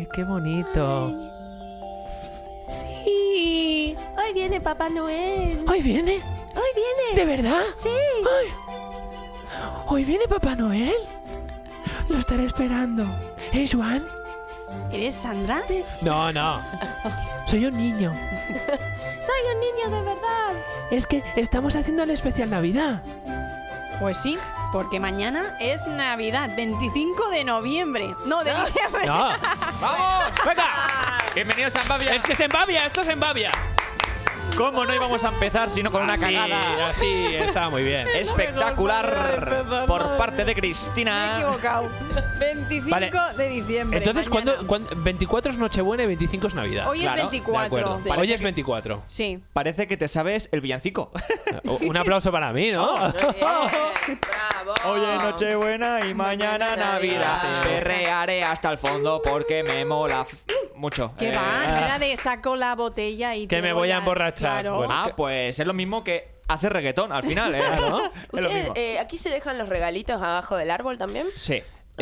qué bonito. Sí. Hoy viene Papá Noel. ¿Hoy viene? Hoy viene. ¿De verdad? Sí. Ay. ¿Hoy viene Papá Noel? Lo estaré esperando. Joan? ¿Eres Sandra? No. Soy un niño. Soy un niño de verdad. Es que estamos haciendo el especial Navidad. Pues sí, porque mañana es Navidad, 25 de noviembre. No, de diciembre. No. ¡Vamos! ¡Venga! Bienvenidos a Embavia. Es que se embavia, esto se embavia. ¿Cómo no íbamos a empezar sino con una cagada Así, estaba muy bien. espectacular por parte de Me he Cristina? equivocado. 25 Vale. de diciembre. Entonces, mañana. ¿cuándo? 24 es Nochebuena y 25 es Navidad. Hoy Claro, es de De 24. acuerdo. Sí. Hoy es 24. Sí. Parece que te sabes el villancico. Un aplauso para mí, ¿no? Muy bien. Bravo. Hoy es Nochebuena y mañana Navidad. Sí. Perrearé hasta el fondo porque me mola mucho. ¿Qué va? No era de saco la botella y Que te me voy a a- emborrachar. Claro. Bueno. Pues es lo mismo que hacer reggaetón al final, ¿eh? Claro. Es lo mismo. ¿Ustedes, aquí se dejan los regalitos abajo del árbol también? Sí.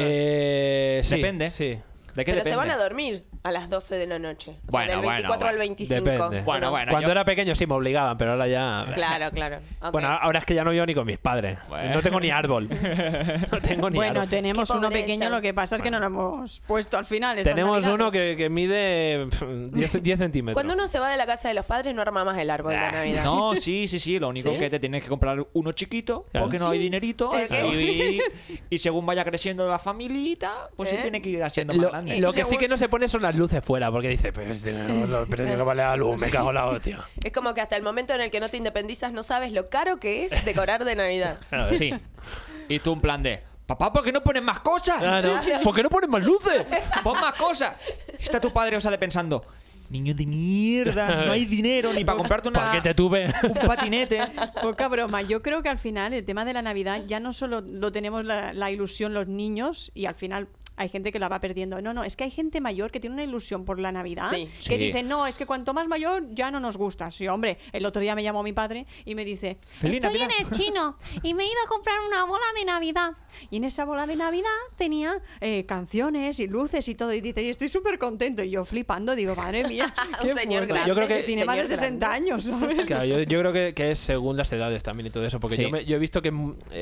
Sí, Depende. Sí. ¿De qué Pero depende? se van a dormir a las 12 de la noche. O sea, Bueno, del 24 bueno, al 25. Depende. Bueno, bueno. Cuando yo- era pequeño sí me obligaban, pero ahora ya... Claro. Ok. Bueno, ahora es que ya no vivo ni con mis padres. Bueno. No tengo ni árbol. No tengo ni Bueno, árbol. tenemos Qué uno pobreza. pequeño, lo que pasa es que no lo hemos puesto al final. estas Tenemos Navidades. uno que mide 10 centímetros. Cuando uno se va de la casa de los padres no arma más el árbol de Navidad. No, sí. Lo único ¿Sí? que te tienes que comprar uno chiquito Claro. porque no hay dinerito. ¿El qué? Y según vaya creciendo la familita, pues se ¿Eh? tiene que ir haciendo más Lo, grande. lo que sí que no se pone son las luces fuera, porque dice, pero los precios que vale la luz, me cago en la hostia. Es como que hasta el momento en el que no te independizas no sabes lo caro que es decorar de Navidad. Claro, Sí. Y tú en plan de, papá, ¿por qué no pones más cosas? Claro. ¿Por qué no ponen más luces? Pon más cosas. Está tu padre o sale pensando, niño de mierda, no hay dinero ni para comprarte ¿Para qué te una, tuve? un patinete. Poca broma. Yo creo que al final el tema de la Navidad ya no solo lo tenemos la ilusión los niños y al final hay gente que la va perdiendo. No, es que hay gente mayor que tiene una ilusión por la Navidad Sí. que Sí. dice, no, es que cuanto más mayor ya no nos gusta. Sí, hombre, el otro día me llamó mi padre y me dice, ¡Feliz estoy en Navidad! el chino y me he ido a comprar una bola de Navidad. Y en esa bola de Navidad tenía canciones y luces y todo. Y dice, y estoy súper contento. Y yo flipando, digo, madre mía, Un qué señor fuerte. grande. Yo creo que tiene más de Señor 60 grande. años, ¿sabes? Claro, yo creo que es según las edades también y todo eso, porque Sí. yo he visto que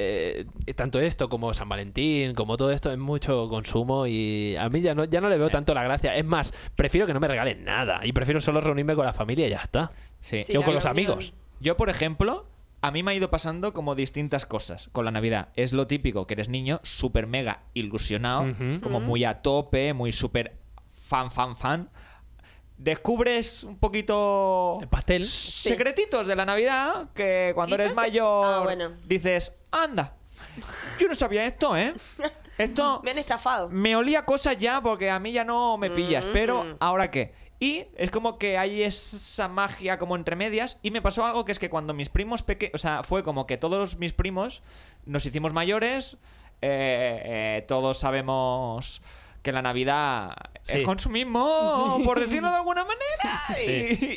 tanto esto como San Valentín, como todo esto es mucho consumo y a mí ya no le veo tanto la gracia. Es más, prefiero que no me regalen nada y prefiero solo reunirme con la familia y ya está. Sí. Sí, Yo la con los reunión. amigos. Yo, por ejemplo, a mí me ha ido pasando como distintas cosas con la Navidad. Es lo típico, que eres niño, súper mega ilusionado, Ujú. como muy a tope, muy súper fan. Descubres un poquito El pastel. secretitos de la Navidad que cuando eres Quizás- mayor bueno. dices, anda, yo no sabía esto, ¿eh? Esto Me han estafado. me olía cosas ya porque a mí ya no me pillas, pero ¿ahora qué? Y es como que hay esa magia como entre medias y me pasó algo que es que cuando mis primos pequeños, o sea, fue como que todos mis primos nos hicimos mayores, todos sabemos que la Navidad Sí. es consumismo, por decirlo de alguna manera. Sí.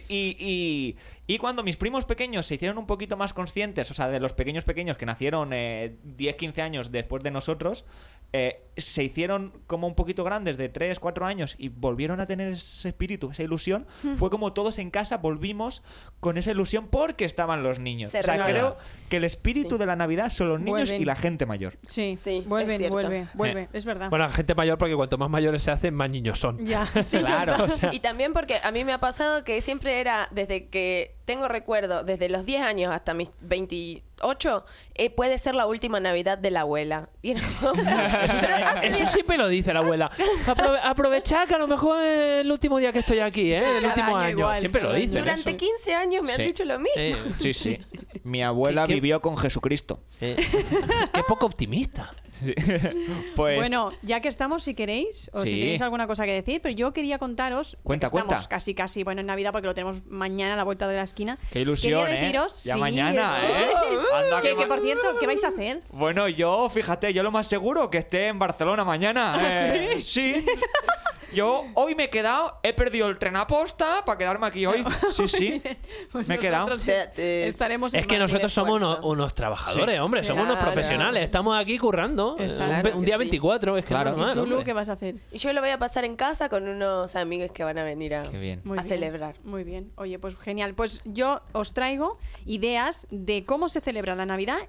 Y cuando mis primos pequeños se hicieron un poquito más conscientes, o sea, de los pequeños que nacieron 10, 15 años después de nosotros, se hicieron como un poquito grandes, de 3, 4 años, y volvieron a tener ese espíritu, esa ilusión. Fue como todos en casa volvimos con esa ilusión porque estaban los niños. Se O sea, renueva. creo que el espíritu Sí. de la Navidad son los niños Vuelven. y la gente mayor. Sí, Sí, es vuelven, cierto. vuelve, es verdad. Bueno, la gente mayor, porque cuanto más mayores se hacen, más niños son. Ya, sí. Claro, o sea, Y también porque a mí me ha pasado que siempre era, desde que tengo recuerdo, desde los 10 años hasta mis 28, puede ser la última Navidad de la abuela. Y era como- Pero hace Eso 10 siempre lo dice la abuela. Aprovechar que a lo mejor es el último día que estoy aquí, ¿eh? El cada último año año. igual, Siempre lo cada dicen. Durante eso. 15 años me han Sí. dicho lo mismo. sí. Mi abuela ¿Qué- qué- vivió con Jesucristo. Qué poco optimista. Sí. Pues Bueno, ya que estamos, si queréis, o si Sí. tenéis alguna cosa que decir, pero yo quería contaros, ya Cuenta, que estamos cuenta. casi, bueno, en Navidad, porque lo tenemos mañana a la vuelta de la esquina. qué ilusión, Quería deciros, Ya sí, mañana, eso. Anda, Que, que por cierto, ¿qué vais a hacer? Bueno, yo, fíjate, yo lo más seguro que esté en Barcelona mañana. Sí. Yo hoy me he quedado, he perdido el tren a posta para quedarme aquí hoy. Sí, Pues me he quedado. nosotros estaremos en Es que Madrid. nosotros somos esfuerzo. unos trabajadores, hombre, somos unos Claro. profesionales, estamos aquí currando. Exacto. Un día Sí. 24, es que Claro. es ¿Y normal, tú, Lu, hombre. qué vas a hacer? Y yo lo voy a pasar en casa con unos amigos que van a venir a, Qué bien. Muy a bien, celebrar. Muy bien. Oye, pues genial. Pues yo os traigo ideas de cómo se celebra la Navidad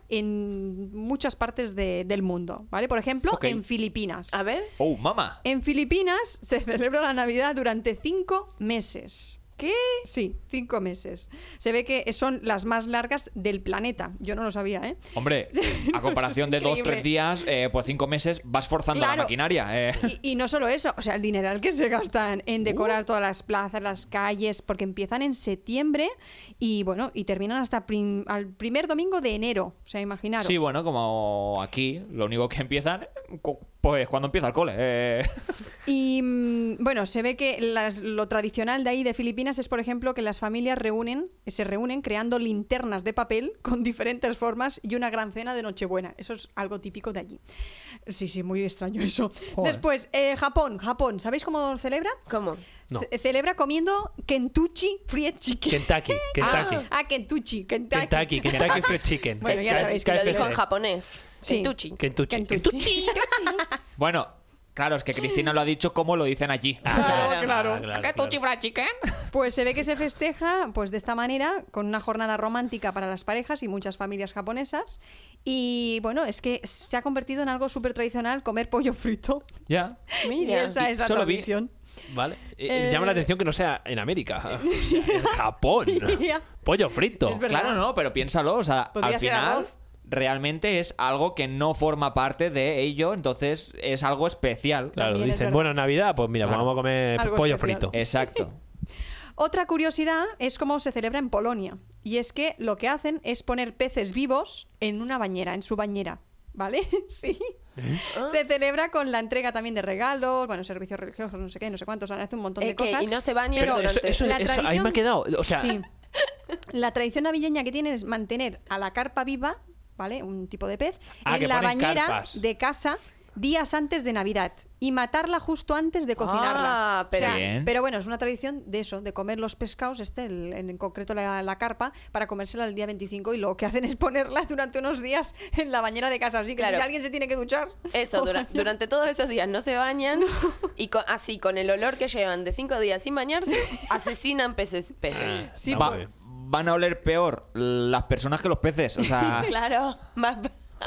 en muchas partes del mundo, ¿vale? Por ejemplo, Ok. en Filipinas. A ver, Oh, mamá. En Filipinas se celebra la Navidad durante 5 meses. ¿qué? Sí, 5 meses. Se ve que son las más largas del planeta. Yo no lo sabía, ¿eh? Hombre, a comparación de Es 2-3 increíble. días, pues 5 meses vas forzando Claro. la maquinaria. Y no solo eso, o sea, el dineral que se gastan en decorar todas las plazas, las calles, porque empiezan en septiembre y bueno, y terminan hasta al primer domingo de enero. O sea, imaginaros. Sí, bueno, como aquí, lo único que empiezan, pues cuando empieza el cole. Y bueno, se ve que lo tradicional de ahí de Filipinas es, por ejemplo, que las familias se reúnen creando linternas de papel con diferentes formas y una gran cena de Nochebuena. Eso es algo típico de allí. Sí, muy extraño eso. Joder. Después, Japón. ¿Sabéis cómo celebra? ¿Cómo? No. Celebra comiendo Kentucky Fried Chicken. Kentucky. Kentucky. Kentucky Fried Chicken. Bueno, ya Lo- sabéis Lo que dijo en KFC. japonés. Sí. Kentucky. Kentucky. Bueno, claro, es que Cristina lo ha dicho como lo dicen allí. Claro. Kentucky Fried Chicken. Pues se ve que se festeja pues de esta manera, con una jornada romántica para las parejas y muchas familias japonesas. Y bueno, es que se ha convertido en algo súper tradicional comer pollo frito. Ya. Y Mira. esa es la Solo vi- tradición. Vale. Llama la atención que no sea en América. O sea, en Japón. Ya. Pollo frito. Es verdad. Claro, no, pero piénsalo, o sea, Podría al ser final arroz. realmente es algo que no forma parte de ello, entonces es algo especial. Claro, También es dicen, verdad. bueno, Navidad, pues mira, Claro. vamos a comer Algo pollo especial. frito. Exacto. Otra curiosidad es cómo se celebra en Polonia. Y es que lo que hacen es poner peces vivos en una bañera, en su bañera. ¿Vale? Sí. Ah. Se celebra con la entrega también de regalos, bueno, servicios religiosos, no sé qué, no sé cuántos, hace un montón de ¿Qué? cosas. Y no se bañan Pero durante... eso, La ahí me tradición- ha quedado. O sea, Sí. La tradición navideña que tienen es mantener a la carpa viva, ¿vale? Un tipo de pez, Ah, que en la ponen bañera carpas. de casa días antes de Navidad y matarla justo antes de cocinarla. Ah, pero- O sea, Bien. pero bueno, es una tradición de eso, de comer los pescados, en concreto la carpa, para comérsela el día 25 y lo que hacen es ponerla durante unos días en la bañera de casa. Así que Claro. si alguien se tiene que duchar... Eso, durante todos esos días no se bañan y así, con el olor que llevan de 5 días sin bañarse, asesinan peces. Sí, está Va- muy bien. van a oler peor las personas que los peces, o sea, Claro, más...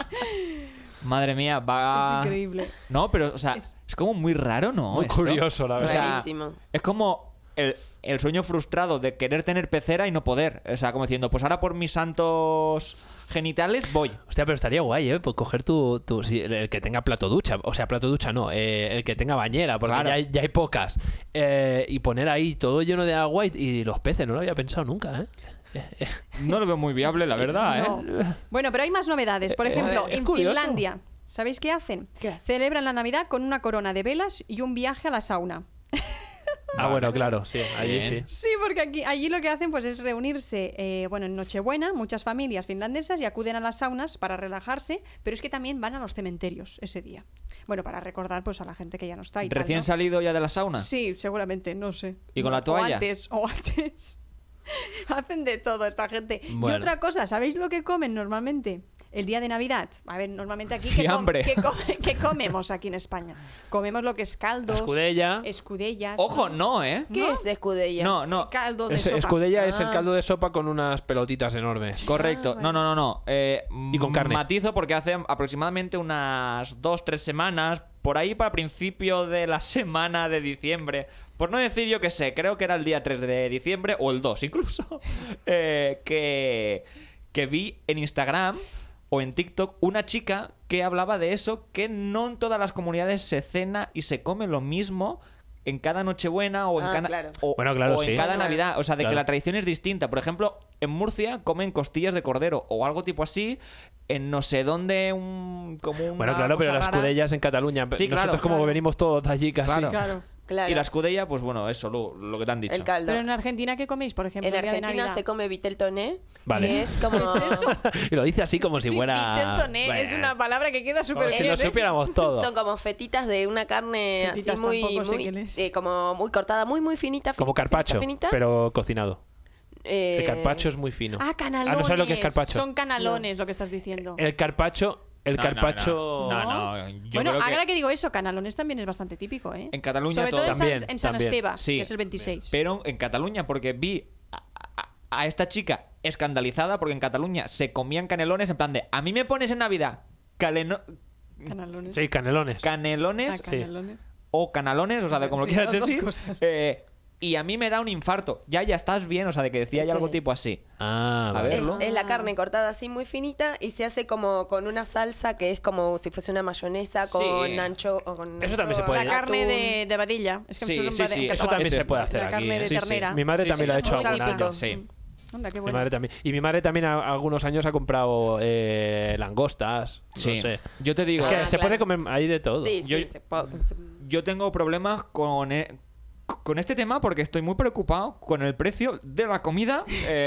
madre mía, va... Es increíble. No, pero, o sea, Es- es como muy raro, ¿no? Muy Esto? curioso, la O verdad. sea, Rarísimo. es como el sueño frustrado de querer tener pecera y no poder. O sea, como diciendo, pues ahora por mis santos genitales voy. Hostia, pero estaría guay, ¿eh? Pues coger sí, el que tenga plato ducha. O sea, plato ducha no, el que tenga bañera, porque Claro. ya hay pocas. Y poner ahí todo lleno de agua y los peces, no lo había pensado nunca, ¿eh? No lo veo muy viable, la verdad, ¿eh? No. Bueno, pero hay más novedades. Por ejemplo, es en curioso. Finlandia, ¿sabéis qué hacen? ¿Qué hacen? Celebran la Navidad con una corona de velas y un viaje a la sauna. Ah, bueno, claro, sí, allí Bien. sí. Sí, porque allí lo que hacen pues es reunirse, bueno, en Nochebuena, muchas familias finlandesas y acuden a las saunas para relajarse, pero es que también van a los cementerios ese día. Bueno, para recordar pues a la gente que ya no está y tal, Recién ¿no? salido ya de la sauna. Sí, seguramente, no sé. ¿Y con la O toalla? O antes. Hacen de todo esta gente. Bueno. Y otra cosa, ¿sabéis lo que comen normalmente? El día de Navidad. A ver, normalmente aquí, Fiambre. ¿qué comemos aquí en España? Comemos lo que es caldos, Escudella. escudellas. Ojo, ¿no? no, ¿eh? ¿Qué ¿No? es escudella? No. Caldo de Es- sopa. escudella es el Ah. caldo de sopa con unas pelotitas enormes. Correcto. Ah, No. Y con carne. Matizo porque hace aproximadamente unas 2-3 semanas, por ahí para principio de la semana de diciembre, por no decir yo que sé, creo que era el día 3 de diciembre o el 2 incluso, que vi en Instagram o en TikTok una chica que hablaba de eso, que no en todas las comunidades se cena y se come lo mismo en cada Nochebuena o en Ah, cada, claro. Bueno, claro, o en sí. cada Bueno, Navidad. O sea, de que claro. la tradición es distinta. Por ejemplo, en Murcia comen costillas de cordero o algo tipo así. En no sé dónde, como una Bueno, claro, pero cosa las rara. escudellas en Cataluña. Sí, claro, Nosotros como claro. venimos todos de allí casi. Claro. Claro. Claro. Y la escudella, pues bueno, eso, lo que te han dicho. El caldo. Pero en Argentina, ¿qué coméis, por ejemplo, En el día de Argentina Navidad? se come vitel toné, Vale. que es como... ¿Qué es eso? Y lo dice así como si Sí, fuera... vitel toné, es Bueno, una palabra que queda súper como si bien, lo ¿eh? supiéramos todo. Son como fetitas de una carne Fetitas así muy, tampoco sé muy qué es. como muy cortada, muy finita, Como finita, carpaccio, finita, pero cocinado. Eh, El carpaccio es muy fino. Ah, canalones. no sabes lo que es carpaccio. Son canalones lo que estás diciendo. El carpaccio... El No, carpaccio... No, yo Bueno, creo que ahora que digo eso, canalones también es bastante típico, ¿eh? en Cataluña Sobre todo todo. en San, También, en San también. Esteve, Sí. que es el 26. Pero en Cataluña, porque vi a esta chica escandalizada porque en Cataluña se comían canelones en plan de, a mí me pones en Navidad Canalones. Sí, canelones. canelones Ah, canalones. o canalones, o sea, de como Sí, lo quieras las dos decir. cosas. Y a mí me da un infarto. Ya estás bien, o sea, de que decía ya algo tipo así. Ah, A vale. ver. es la carne cortada así muy finita y se hace como con una salsa que es como si fuese una mayonesa con Sí. ancho o con Eso también se puede. La carne atún. de vadilla. Es que Sí, me sí, suena sí, Eso también es se esto. puede hacer La aquí. carne de Sí, sí. ternera. Mi madre Sí, también sí, lo ha es hecho muy algún típico. año. Sí. Anda, qué Mi bueno. madre también. Y mi madre también algunos años ha comprado langostas. Sí. No sé. Yo te digo, Es que Ah, se puede claro. comer ahí de todo. Sí, Yo- sí, yo tengo problemas con este tema porque estoy muy preocupado con el precio de la comida.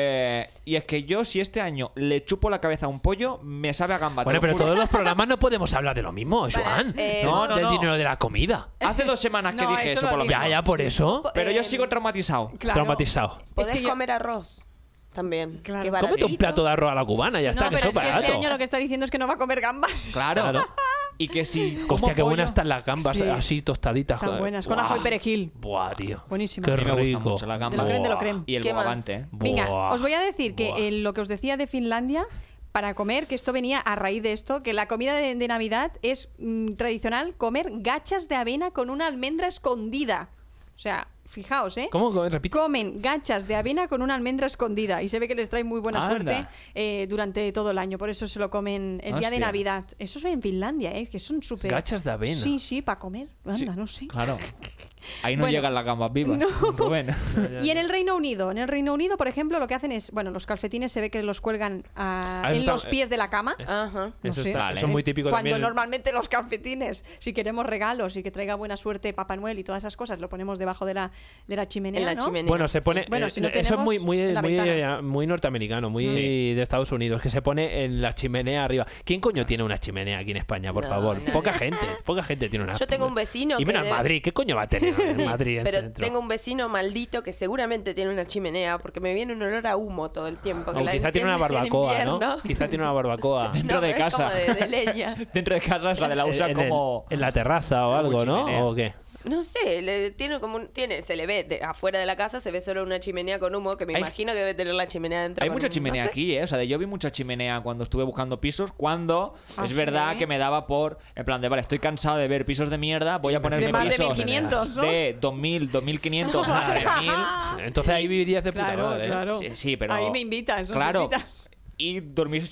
Y es que yo, si este año le chupo la cabeza a un pollo, me sabe a gamba. te Bueno, lo pero juro. todos los programas no podemos hablar de lo mismo, Joan. No, no, Del no. dinero de la comida. Hace 2 semanas que No, dije eso eso, lo por lo dijo. menos. Ya, por eso. Pero yo Eh, sigo traumatizado. Claro. Traumatizado. Podés Es que yo- comer arroz también. Claro. Qué Cómete un baratito. plato de arroz a la cubana, ya No, está, que pero eso es es que este barato. año lo que está diciendo es que no va a comer gambas. Claro. Claro. Y que si como Hostia, qué pollo- buenas están las gambas, Sí. así tostaditas. Están joder. buenas, con Buah. ajo y perejil. Buah, tío. Buenísimo. Qué A mí me gustan rico. mucho las De lo gambas. crem, de lo Buah. crem. Y el ¿Qué más? bogavante, ¿eh? Venga, Buah. os voy a decir que Buah. lo que os decía de Finlandia, para comer, que esto venía a raíz de esto, que la comida de Navidad es tradicional comer gachas de avena con una almendra escondida. O sea, fijaos, ¿eh? ¿Cómo? Repite. Comen gachas de avena con una almendra escondida y se ve que les trae muy buena Anda. suerte durante todo el año. Por eso se lo comen el día de Hostia. Navidad. Eso es en Finlandia, que son súper... Gachas de avena. Sí, sí, para comer. Anda, Sí, no sé. Claro. Ahí no Bueno. llegan las gambas vivas, No. Rubén. Y en el Reino Unido, por ejemplo, lo que hacen es, bueno, los calcetines se ve que los cuelgan eso en está- los pies de la cama. Ajá. No Eso, sé. está, Vale. eso es muy típico Cuando también. normalmente los calcetines, si queremos regalos y que traiga buena suerte Papá Noel y todas esas cosas, lo ponemos debajo de la chimenea, En la ¿no? chimenea. Bueno, se Sí. pone. Bueno, si no eso es tenemos, muy, muy, en la muy, ventana. muy norteamericano, muy Sí. de Estados Unidos, que se pone en la chimenea arriba. ¿Quién coño tiene una chimenea aquí en España, por No, favor? nadie. Poca gente tiene una. Yo tengo un vecino Y que menos en debe- Madrid, ¿qué coño va a tener en Sí, Madrid? en pero centro? tengo un vecino maldito que seguramente tiene una chimenea porque me viene un olor a humo todo el tiempo. Que O la quizá tiene una enciende en barbacoa, ¿no? invierno. Quizá tiene una barbacoa. Dentro No, de pero es casa. como de leña. Dentro de casa, o sea, de la usa En como... en la terraza o como algo, chimenea. ¿no? ¿O qué? No sé, tiene como se le ve afuera de la casa, se ve solo una chimenea con humo que me Hay- imagino que debe tener la chimenea dentro. Hay con mucha humo. chimenea No sé. aquí, ¿eh? O sea, yo vi mucha chimenea cuando estuve buscando pisos, cuando Ah, es sí. verdad que me daba por... En plan de, vale, estoy cansado de ver pisos de mierda, voy a ponerme De más de pisos 1500, ¿no? de 2000, 2500, 3000... Entonces ahí vivirías de puta Claro, madre, ¿eh? claro. Sí, sí, pero... Ahí me invitas, ¿no? Claro. Invitas. Y dormir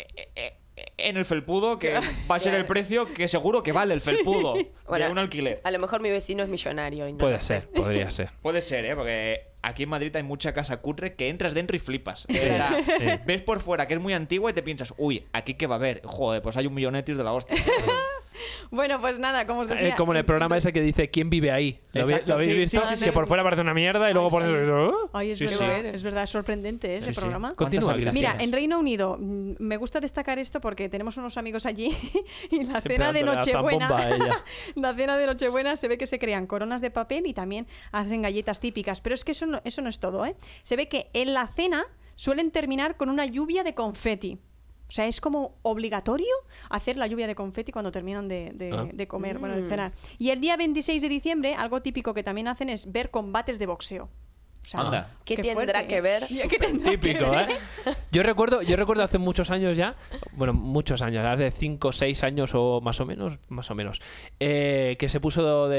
en el felpudo, que va a ser el precio que seguro que vale el felpudo Bueno, de un alquiler. A lo mejor mi vecino es millonario y no Puede lo sé. ser, podría ser. Puede ser, ¿eh? Porque aquí en Madrid hay mucha casa cutre que entras dentro y flipas. O sea, Sí. ves por fuera que es muy antigua y te piensas, uy, ¿aquí qué va a haber? Joder, pues hay un millonetis de la hostia. Bueno, pues nada, como os decía... Como en el programa ese que dice ¿quién vive ahí? Exacto, ¿Lo habéis sí, visto? sí, sí, Que sí. por fuera parece una mierda y luego Ay, pones... sí. ¿Oh? Ay, es Sí, sí. verdad, es sorprendente ese Sí, sí. programa. Continúa, ¿Cuántas Cristina. Mira, habitaciones? en Reino Unido me gusta destacar esto porque tenemos unos amigos allí y la Siempre cena de dándole la Nochebuena, zambomba a ella. la cena de Nochebuena se ve que se crean coronas de papel y también hacen galletas típicas, pero es que eso no es todo, ¿eh? Se ve que en la cena suelen terminar con una lluvia de confeti. O sea, es como obligatorio hacer la lluvia de confeti cuando terminan de comer, bueno, de cenar. Y el día 26 de diciembre, algo típico que también hacen es ver combates de boxeo. O sea, Anda. ¿Qué tendrá fuerte, que ver? ¿Qué tendrá Típico, ¿eh? Yo recuerdo hace muchos años ya, bueno, muchos años, hace 5 o 6 años o más o menos, que se puso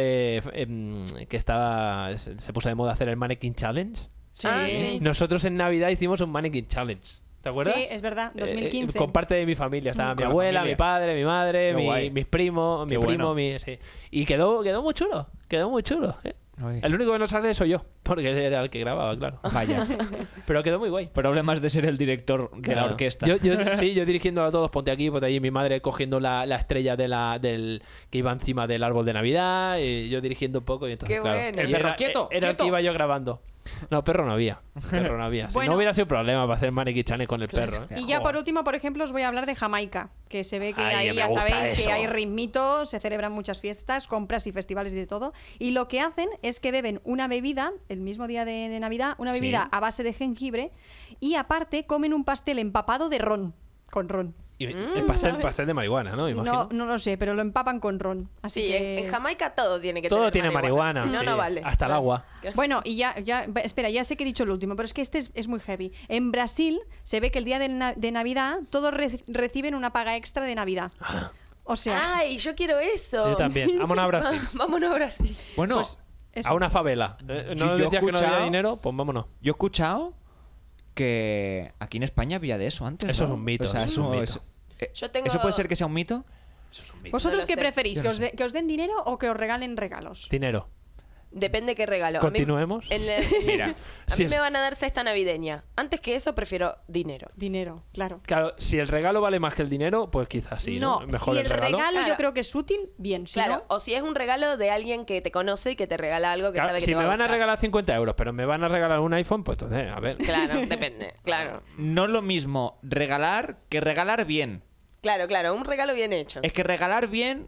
se puso de moda hacer el Mannequin Challenge. Sí. Ah, sí. Nosotros en Navidad hicimos un Mannequin Challenge. ¿Te acuerdas? Sí, es verdad, 2015. Con parte de mi familia. Estaba mi Con la abuela, familia. mi padre, mi madre, Qué guay. mis primos, Qué bueno. sí. Y quedó muy chulo. Quedó muy chulo. ¿eh? Ay. El único que no sale soy yo, porque era el que grababa, claro. Vaya. Pero quedó muy guay. Problemas de ser el director de la Claro. orquesta. Sí, yo dirigiéndolo a todos, ponte aquí, ponte allí. Mi madre cogiendo la estrella del que iba encima del árbol de Navidad, y yo dirigiendo un poco. Y entonces, Qué claro, bueno. y El perro, era, quieto, era el quieto. que iba yo grabando. No, perro no había. Perro no había. Si Bueno. no hubiera sido problema para hacer maniquichanes con el perro. ¿eh? Y ya por último, por ejemplo, os voy a hablar de Jamaica, que se ve que Ay, ahí que me ya gusta sabéis que eso. hay ritmitos, se celebran muchas fiestas, compras y festivales y de todo. Y lo que hacen es que beben una bebida, el mismo día de Navidad, una Sí. bebida a base de jengibre, y aparte comen un pastel empapado de ron, con ron. Y el pastel de marihuana, ¿no? Imagino. No lo sé, pero lo empapan con ron. Así Sí, que... en Jamaica todo tiene que Todo tener tiene marihuana. Si no, sí. no vale. Hasta el agua. Bueno, y espera, ya sé que he dicho el último, pero es que este es muy heavy. En Brasil se ve que el día de Navidad todos reciben una paga extra de Navidad. O sea, Ay, yo quiero eso. Yo también. Vámonos a Brasil. Vámonos a Brasil. Bueno, pues eso. A una favela. ¿No Yo he decías que no había escuchado- dinero? Pues vámonos. yo he escuchado que aquí en España había de eso antes. Eso ¿no? es un mito, O sea, eso es un mito. Yo tengo- ¿Eso puede ser que sea un mito? ¿vosotros No lo qué sé. preferís? Yo ¿Que no que os den dinero o que os regalen regalos? Dinero. Depende qué regalo. A mí- Continuemos. Mira, a Sí. mí me van a dar cesta navideña. Antes que eso prefiero dinero. Dinero, claro. Claro, si el regalo vale más que el dinero, pues quizás sí, ¿no? Mejor si el el regalo, Claro. yo creo que es útil, bien. Si Claro, no, o si es un regalo de alguien que te conoce y que te regala algo que Claro, sabe que si te va me a van a gustar. regalar 50 euros, pero me van a regalar un iPhone, pues entonces, a ver. Claro, depende. Claro. No es lo mismo regalar que regalar bien. Claro, un regalo bien hecho. Es que regalar bien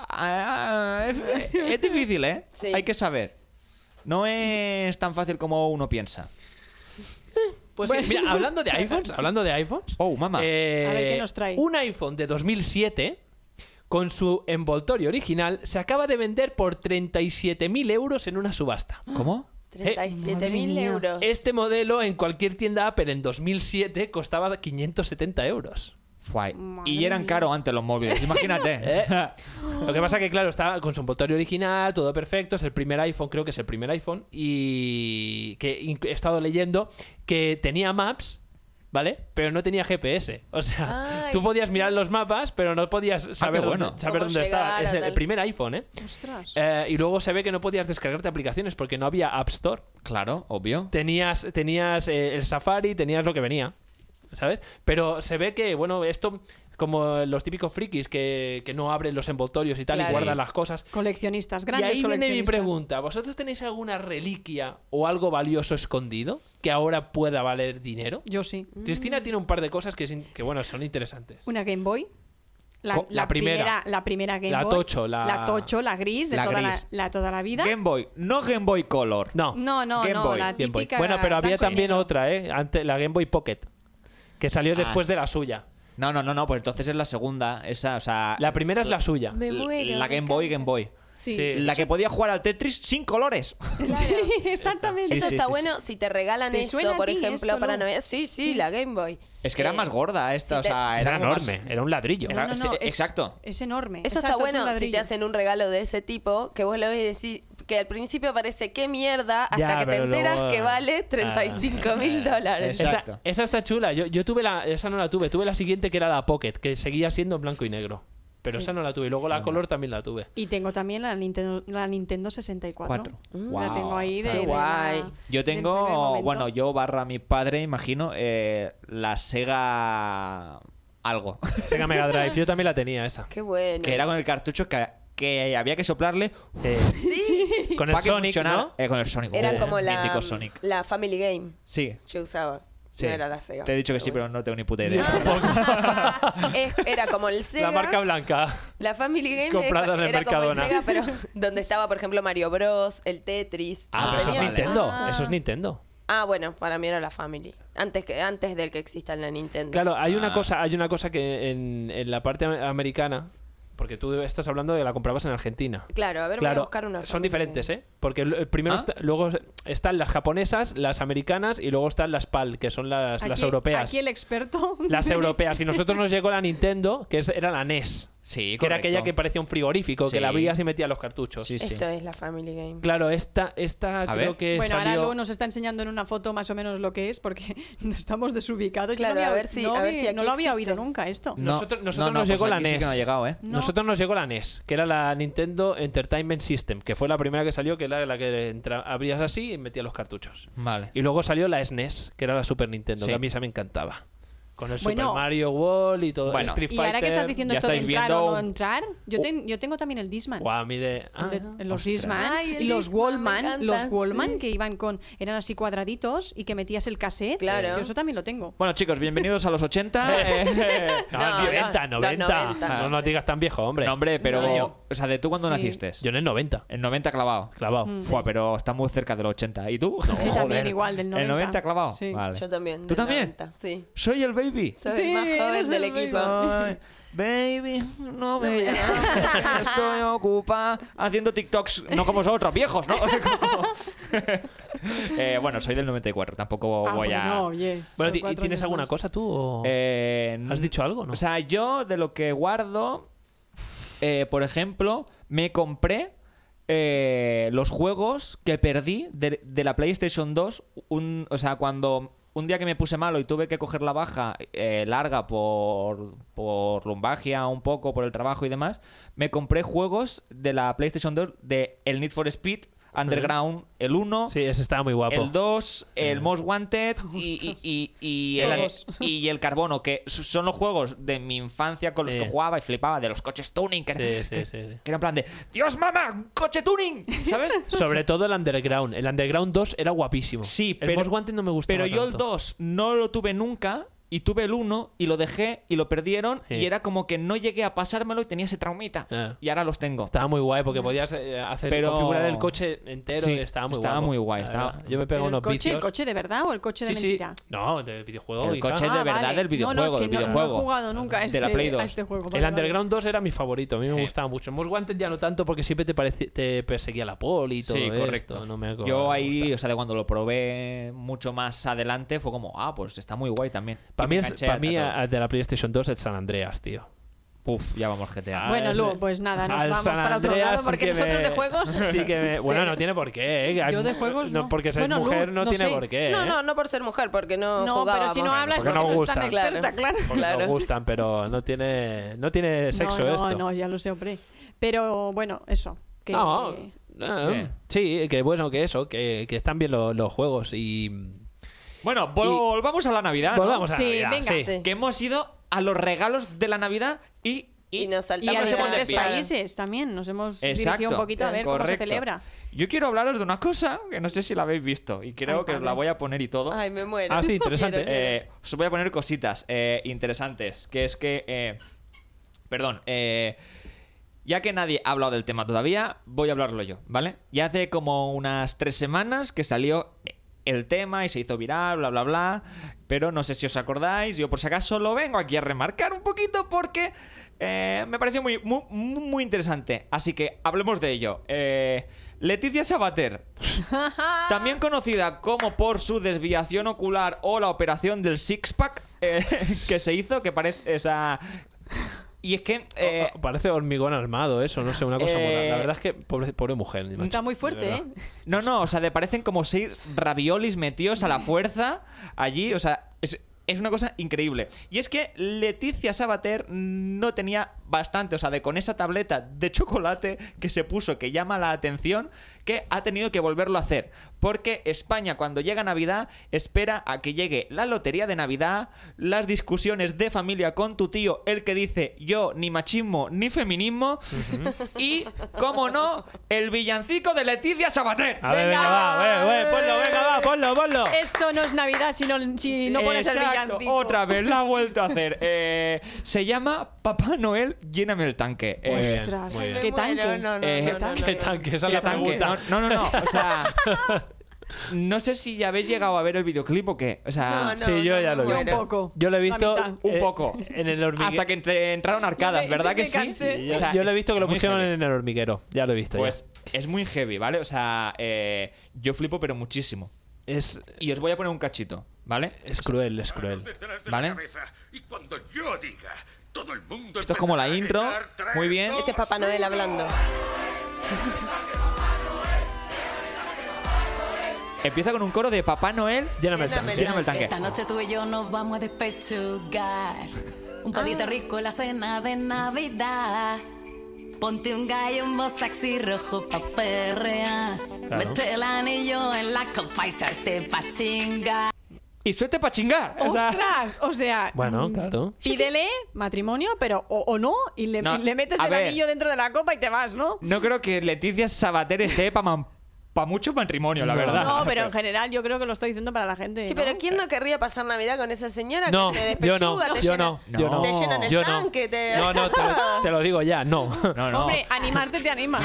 es difícil, ¿eh? Sí. Hay que saber. No es tan fácil como uno piensa. Pues sí, mira, hablando de iPhones, Oh, mamá. A ver qué nos trae. Un iPhone de 2007 con su envoltorio original se acaba de vender por 37.000 euros en una subasta. ¿Cómo? 37.000 Madre mía. euros. Este modelo en cualquier tienda Apple en 2007 costaba 570 euros. Guay. Madre Y eran mía. caros antes los móviles, imagínate. Lo que pasa que, claro, está con su envoltorio original, todo perfecto, es el primer iPhone, creo que es el primer iPhone, y que he estado leyendo que tenía Maps, ¿vale? Pero no tenía GPS. O sea, Ay, tú podías mirar los mapas, pero no podías saber, qué bueno. saber Cómo dónde estaba. llegar Es a el tal- primer iPhone, ¿eh? Ostras. Y luego se ve que no podías descargarte aplicaciones porque no había App Store. Claro, obvio. Tenías el Safari, tenías lo que venía, ¿sabes? Pero se ve que, bueno, esto, como los típicos frikis que no abren los envoltorios y tal Claro. y guardan las cosas. Coleccionistas, Y grandes ahí viene mi coleccionistas. pregunta. ¿Vosotros tenéis alguna reliquia o algo valioso escondido que ahora pueda valer dinero? Yo sí. Cristina tiene un par de cosas que bueno, son interesantes. Una Game Boy. La primera. La primera Game La Boy. tocho, la- tocho, la gris, de La toda, gris. toda la vida. Game Boy, no Game Boy Color. No, No, Game Boy, la Game Boy. típica. Bueno, pero había blanco y también negro. otra, ¿eh? Antes, la Game Boy Pocket, que salió después sí. de la suya. No, pues entonces es la segunda. Esa, o sea. La primera es la suya. Me muero. La me Game Boy, encanta. Game Boy. Sí. Sí. La que podía jugar al Tetris sin colores. Claro. Exactamente. Eso Sí, está sí, bueno si te regalan ¿Te eso, suena a por ti ejemplo, esto, para Lu? Navidad. Sí, Sí. la Game Boy. Es que era más gorda esta, si o te- sea, Era como más- enorme, era un ladrillo. No, no, no, Sí, es- exacto. Es enorme. Eso Exacto, está es un bueno si te ladrillo. hacen un regalo de ese tipo, que vos lo ves y decís que al principio parece qué mierda, hasta Ya, que te pero enteras luego- que vale 35.000 dólares. Exacto. Esa está chula. Yo tuve esa no la tuve. Tuve la siguiente que era la Pocket, que seguía siendo en blanco y negro. Pero Sí. esa no la tuve. Y luego la color también la tuve. Y tengo también la Nintendo 64. La Guau. tengo ahí de, Qué de guay. la- Yo del primer tengo, momento. bueno, yo barra mi padre, imagino, la Sega algo. Sega Mega Drive. Yo también la tenía esa. Qué bueno. Que era con el cartucho que había que soplarle Sí. Con el para que Sonic, funcionara. ¿no? Con el Sonic. Era oh, como mítico Sonic. la Family Game. Sí, Yo usaba. sí. No era la Sega. Te he dicho que sí, pero no tengo ni puta idea. Era como el Sega. La marca blanca. La Family Game Comprada en el era como el Mercadona. Sega, pero donde estaba, por ejemplo, Mario Bros, el Tetris. Ah, No pero eso es tenía- Nintendo. Ah. Eso es Nintendo. Ah, bueno, para mí era la Family. Antes del que exista la Nintendo. Claro, hay una Ah. cosa que en la parte americana, porque tú estás hablando de que la comprabas en Argentina. Claro, a ver, voy a Claro, buscar una son Family diferentes, Game. ¿eh? Porque primero ¿Ah? luego están las japonesas, las americanas y luego están las PAL, que son las Aquí- europeas. Aquí el experto. Las europeas. Y nosotros nos llegó la Nintendo, era la NES. Sí, que era correcto. aquella que parecía un frigorífico, Sí. que la abrías y metías los cartuchos. Sí, sí. Esto es la Family Game. Claro, esta creo ver. que Bueno, ahora salió... luego nos está enseñando en una foto más o menos lo que es, porque no estamos desubicados. Yo Claro, no había, a ver si- no a ver vi- si aquí no lo había existe. oído nunca esto. No, Nosotros nos pues llegó la aquí sí que no ha NES. llegado, ¿eh? No. Nosotros nos llegó la NES, que era la Nintendo Entertainment System, que fue la primera que salió, que era la que abrías así y metías los cartuchos. Vale. Y luego salió la SNES, que era la Super Nintendo, Sí. que a mí esa me encantaba. Con el Bueno. Super Mario World y todo. Bueno. Street Y Fighter. ahora que estás diciendo ya esto de estáis entrar viendo o no entrar, yo tengo también el Discman. Guau, a mí de... Los ostras. Discman Ay, el y los Discman, me Wallman, encantan, sí. que iban eran así cuadraditos y que metías el cassette. Claro. Yo eso también lo tengo. Bueno, chicos, bienvenidos a los 80. No, No, 90, los 90. 90. No nos digas tan viejo, hombre. No, hombre, pero... No. O sea, ¿de tú cuándo Sí. naciste? Yo en el 90, En 90 clavado. clavado. Fua, pero está muy cerca del 80. ¿Y tú? Sí, joder. también igual, del 90. ¿El 90 clavado? Sí. Vale. Yo también. ¿Tú del también? 90, sí. Soy el baby. Soy Sí, el más eres joven del el baby. equipo. Soy baby, no me me llames, estoy ocupada haciendo TikToks, no como vosotros, viejos, ¿no? Bueno, soy del 94, tampoco voy a... No, oye. Bueno, son ¿y 4 tienes años alguna más. cosa tú? O... Eh, ¿Has dicho algo, no? O sea, yo de lo que guardo, por ejemplo, me compré los juegos que perdí de la PlayStation 2. O sea, cuando un día que me puse malo y tuve que coger la baja larga por lumbalgia un poco, por el trabajo y demás, me compré juegos de la PlayStation 2 de el Need for Speed Underground, el 1, Sí, ese estaba muy guapo. el 2, el Most Wanted y el Carbono, que son los juegos de mi infancia con los que jugaba y flipaba, de los coches tuning, que, Sí, sí, sí. que era en plan de ¡Dios, mamá! ¡Un coche tuning! ¿Sabes? Sobre todo el Underground. El Underground 2 era guapísimo. Sí, el Most Wanted no me gustaba pero yo el tanto. 2 no lo tuve nunca. Y tuve el 1 y lo dejé y lo perdieron Sí. y era como que no llegué a pasármelo y tenía ese traumita. Ah. Y ahora los tengo. Estaba muy guay porque podías configurar el coche entero Sí, y estaba muy estaba guapo. muy guay, la estaba- verdad. Yo me pego ¿Pero unos el coche, vicios. el coche de verdad o el coche de Sí, sí. mentira? No, de videojuego. El hija. coche de verdad vale. del videojuego. No, es que del no he videojuego. jugado nunca a De la Play 2. a este juego. El Vale, vale. Underground 2 era mi favorito, a mí me Sí. gustaba mucho. El Most Wanted ya no tanto porque siempre te perseguía la poli y todo Sí, esto. correcto. No me Yo me ahí, gusta. o sea, de cuando lo probé mucho más adelante, fue como, pues está muy guay también. Para Y mí, me enganché a todo. de la PlayStation 2 el San Andreas, tío. Uf, ya vamos GTA. Bueno, ese- Lu, pues nada, nos al vamos San para otro Andreas lado sí porque que nosotros me- de juegos... Sí que me... Bueno, Sí. no tiene por qué. ¿eh? Yo de juegos no. Porque ser Bueno, Lu, mujer no no tiene sé. por qué. No, ¿eh? no por ser mujer, porque no No, jugábamos. pero si no hablas Porque porque no no eres tan gustan. experta, claro. Porque Claro. nos gustan, pero no tiene sexo no, esto. No, ya lo sé, hombre. Pero bueno, eso. Que... No, ¿Qué? sí, que bueno, que eso, que están bien los juegos y... Bueno, volvamos a la Navidad, ¿no? Volvamos a Sí, Navidad, venga. sí. Sí. Que hemos ido a los regalos de la Navidad y Y nos Y saltamos a de diferentes pie. países también. Nos hemos dirigido Exacto, un poquito a ver cómo se correcto. celebra. Yo quiero hablaros de una cosa que no sé si la habéis visto y creo Ay, que os padre. la voy a poner y todo. Ay, me muero. Ah, sí, interesante. Os voy a poner cositas interesantes. Que es que. Perdón. Ya que nadie ha hablado del tema todavía, voy a hablarlo yo, ¿vale? Ya hace como unas 3 semanas que salió el tema y se hizo viral, bla, bla, bla. Pero no sé si os acordáis. Yo por si acaso lo vengo aquí a remarcar un poquito porque me pareció muy interesante. Así que hablemos de ello. Leticia Sabater, también conocida como por su desviación ocular o la operación del six-pack que se hizo, que parece... O sea... Y es que... Parece hormigón armado eso, no sé, una cosa muy rara. La verdad es que pobre mujer. macho, Está muy de fuerte, verdad. ¿eh? No, o sea, le parecen como 6 raviolis metidos a la fuerza allí, o sea, es una cosa increíble. Y es que Leticia Sabater no tenía bastante, o sea, con esa tableta de chocolate que se puso, que llama la atención, que ha tenido que volverlo a hacer. Porque España, cuando llega Navidad, espera a que llegue la lotería de Navidad, las discusiones de familia con tu tío, el que dice yo ni machismo ni feminismo, y, como no, el villancico de Leticia Sabater. A ver, venga, va, ponlo, venga, va, ponlo. Esto no es Navidad si no pones el Exacto, villancico. otra vez la ha vuelto a hacer. Se llama Papá Noel, lléname el tanque. Muy bien, Ostras, muy bien. qué Me muero, tanque. no, no, Eh, no, ¿qué no, tanque? no, ¿Qué no. tanque? Esa es ¿Qué la tanque? pregunta. No, o sea... No sé si ya habéis llegado a ver el videoclip o qué. O sea, No, sí, yo ya lo he Yo visto. un poco. Yo lo he La visto mitad. un poco. en el hormiguero. hasta que entraron arcadas, Sí, ¿verdad sí que me sí? cansé. Sí, yo, O sea, yo lo he visto que lo muy pusieron heavy. en el hormiguero. Ya lo he visto. Pues es muy heavy, ¿vale? O sea, yo flipo pero muchísimo. ya. Y os voy a poner un cachito, ¿vale? Es cruel, es cruel. ¿Vale? Y cuando yo diga Todo el mundo Esto es como la intro. Muy bien. Este es Papá Noel hablando. Empieza con un coro de Papá Noel. Lléname el Lléname tanque. Lléname el tanque. Esta noche tú y yo nos vamos a despechugar. Un poquito rico en la cena de Navidad. Ponte un gallo, un sexy rojo pa' perrear. Claro. Mete el anillo en la copa y salte pa' chingar. Y suerte para chingar. O sea, ¡Ostras! O sea, Bueno, claro. pídele matrimonio, pero o no, y le, No, le metes a el ver. anillo dentro de la copa y te vas, ¿no? no creo que Leticia Sabater esté para mucho matrimonio, la No. verdad. No, pero en general yo creo que lo estoy diciendo para la gente. Sí, ¿no? pero ¿quién no querría pasar Navidad con esa señora No, que te yo no, despechuga, te yo llena, no, yo no. te llenan el Yo no. tanque, te... No, te lo digo ya, no. No, no. Hombre, animarte te anima.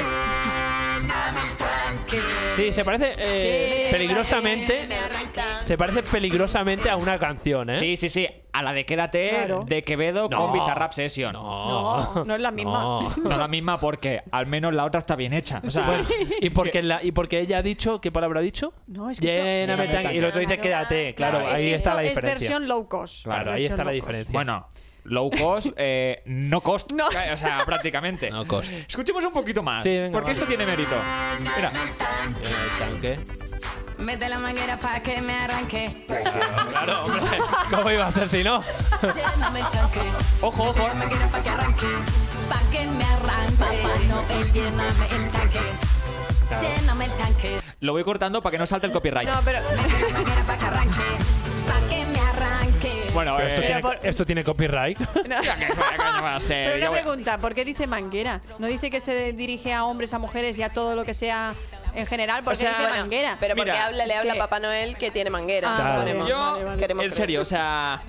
Sí, se parece peligrosamente. Me arranca. Se parece peligrosamente a una canción, ¿eh? Sí. A la de Quédate Claro. de Quevedo No. con Bizarrap Session. No, no es la misma. No. No la misma porque al menos la otra está bien hecha. O sea, Bueno, y porque ella ha dicho, ¿qué palabra ha dicho? No, es que esto- Lléname el Sí, tanque. Y el otro dice claro. quédate. Claro, Claro, ahí Es que está la esto diferencia. Es versión low cost. Claro, ahí Versión está la low cost. diferencia. bueno, low cost, no cost. No. O sea, prácticamente. No cost. Escuchemos un poquito más. Sí, venga, porque va. esto tiene mérito. Mira. Lléname el tanque. Mete la manguera pa' que me arranque. Claro, hombre. ¿Cómo iba a ser si no? Lléname el tanque. Ojo, Mete ojo. la manguera pa' que arranque. Pa' que me arranque. Papá Noel, lléname el tanque. Lléname el tanque. Lo voy cortando para que no salte el copyright. No, pero Mete la manguera pa' que arranque. Pa' que me arranque. Bueno, Pero esto, Pero tiene, esto tiene copyright. no. Ya que- vaya coño va a ser, Pero ya una voy- pregunta, ¿por qué dice manguera? ¿No dice que se dirige a hombres, a mujeres y a todo lo que sea en general? ¿Por qué sea, dice Bueno, manguera? pero porque Mira, le es habla a que- Papá Noel que tiene manguera. Ah, Claro. suponemos. Yo, Vale, vale. Queremos en creer. serio, o sea,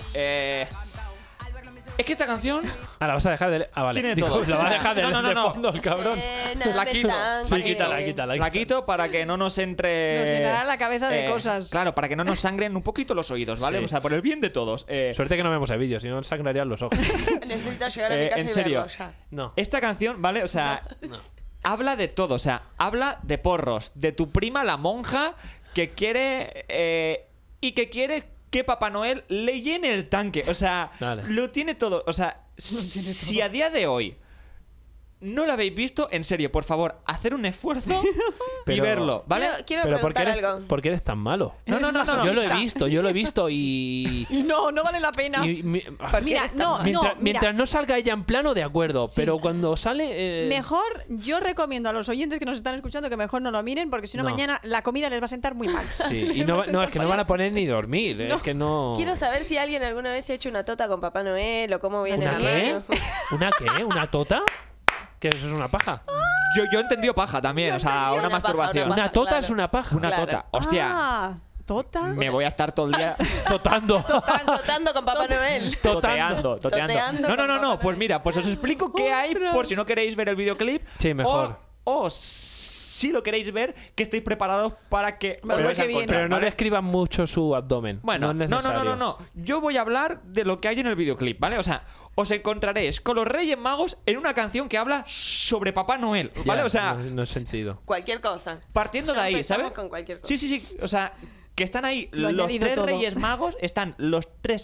es que esta canción Ah, la vas a dejar de... Ah, vale. Tiene Digo, todo. la va a dejar de, No, no, de no. fondo el cabrón. Lléname La el quito. tanque. La quita. la quito para que no nos entre... Nos llenará la cabeza de cosas. Claro, para que no nos sangren un poquito los oídos, ¿vale? Sí. O sea, por el bien de todos. Suerte que no vemos el vídeo, si no sangrarían los ojos. Necesito llegar a mi casa en y serio. verlo ya. No. Esta canción, ¿vale? O sea, No. habla de todo. O sea, habla de porros, de tu prima la monja que quiere... y que quiere que Papá Noel le llene el tanque. O sea, Vale. lo tiene todo. O sea, si a día de hoy no lo habéis visto, en serio, por favor, hacer un esfuerzo y Pero- verlo, ¿vale? Quiero Pero ¿por qué, preguntar eres, algo. ¿por qué eres tan malo? No, no, no, no. Yo lo he visto y... Y no vale la pena. Mira, no, mientras, no, mientras mira. no salga ella en plano, de acuerdo, Sí. pero cuando sale... Mejor, yo recomiendo a los oyentes que nos están escuchando que mejor no lo miren porque si no No. mañana la comida les va a sentar muy mal. Sí, y no, no, es que no van a poner ni dormir, es que no... Quiero saber si alguien alguna vez se ha hecho una tota con Papá Noel o cómo viene ¿Una la qué? mano. ¿Una qué? ¿Una tota? ¿Que eso es una paja? Yo he entendido paja también, o sea, entendí una una paja, masturbación. una Una paja, tota claro. es una paja. Una Claro. tota. Hostia, Ah, ¿tota? me voy a estar todo el día Totando. Totando con Papá Noel. toteando. Toteando No, no, con no, Papá no. Noel. Pues mira, pues os explico qué hay por si no queréis ver el videoclip. Sí, mejor. O si lo queréis ver, que estéis preparados para que os Bueno, vais a que viene. encontrar, Pero no ¿vale? le escriban mucho su abdomen. Bueno, no es no, necesario. no. Yo voy a hablar de lo que hay en el videoclip, ¿vale? O sea, os encontraréis con los Reyes Magos en una canción que habla sobre Papá Noel, Ya, ¿vale? O sea, no es sentido. Cualquier cosa. partiendo de Ya ahí, empezamos ¿sabes? con cualquier cosa. Sí. O sea, que están ahí Lo los añadido tres todo. Reyes Magos, están los tres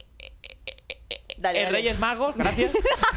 Dale, dale. Reyes Magos, gracias.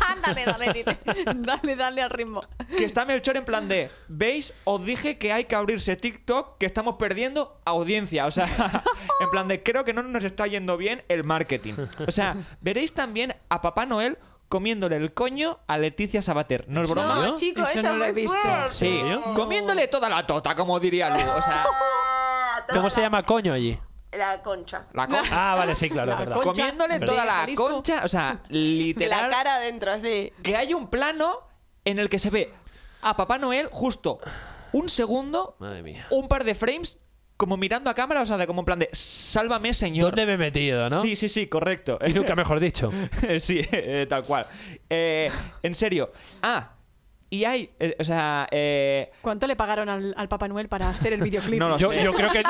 Dale al ritmo. Que está Melchor en plan de, ¿veis? Os dije que hay que abrirse TikTok, que estamos perdiendo audiencia. O sea, en plan de, creo que no nos está yendo bien el marketing. O sea, veréis también a Papá Noel comiéndole el coño a Leticia Sabater. ¿No es broma? No, chicos, Eso esto no lo he es muy visto. fuerte. Sí, comiéndole toda la tota, como diría Lu. O sea, ¿Cómo se llama coño allí? La concha. la concha. Ah, vale, sí, claro, es La verdad. concha. Comiéndole de toda la Jalisco. concha. O sea, La literal. cara adentro, así. Que hay un plano en el que se ve a Papá Noel justo un segundo, Madre mía. un par de frames, como mirando a cámara, o sea, de como en plan de, sálvame, señor. ¿Dónde me he metido, no? Sí, correcto. Y nunca mejor dicho. Sí, tal cual. En serio. Ah, y hay, o sea, ¿Cuánto le pagaron al Papá Noel para hacer el videoclip? No lo Yo, sé. yo creo que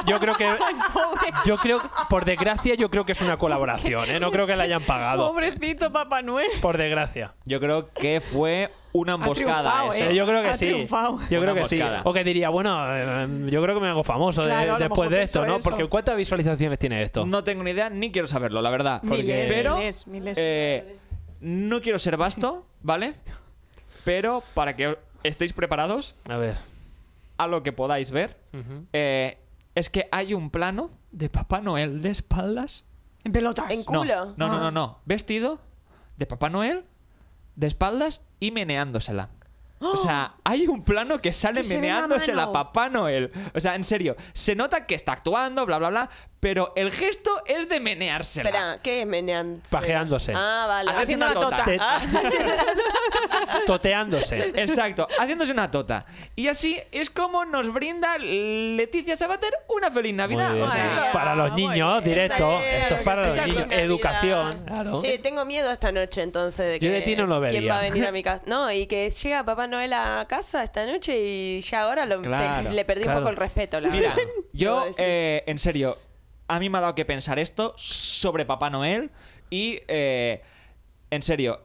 por desgracia yo creo que es una colaboración, ¿eh? No creo que le hayan pagado. Pobrecito Papá Noel. Por desgracia. yo creo que fue una emboscada triunfado, eso. Yo creo que Ha sí. triunfado. Yo Una creo que sí. emboscada. O que diría, bueno, yo creo que me hago famoso Claro, a lo después mejor de esto, pensó ¿no? eso. Porque ¿cuántas visualizaciones tiene esto? No tengo ni idea, ni quiero saberlo, la verdad. Miles, Pero, miles. no quiero ser vasto, ¿vale? Pero para que estéis preparados A ver. a lo que podáis ver, Ujú. es que hay un plano de Papá Noel de espaldas. En pelotas. En culo. No. Vestido de Papá Noel de espaldas y meneándosela. O sea, hay un plano que sale Que se ve la meneándosela a mano. Papá Noel. O sea, en serio, se nota que está actuando, bla, bla, bla, pero el gesto es de meneársela. Espera, ¿qué es meneándose? Pajeándose. Ah, vale. Haciendo Haciendo una la tota. tota. Toteándose. Exacto, haciéndose una tota. Y así es como nos brinda Leticia Sabater una feliz Navidad. Muy bien, O sí. sea, Para los muy niños, bien. directo. Claro Esto es para que los sí. niños. Navidad. Educación. Claro. Che, tengo miedo esta noche entonces de que Yo de ti no lo quién vería. va a venir a mi casa. No, y que llega Papá Noel a casa esta noche y ya ahora Claro, le perdí claro. un poco el respeto, la Mira, verdad. yo, Debo decir. en serio, a mí me ha dado que pensar esto sobre Papá Noel y, en serio,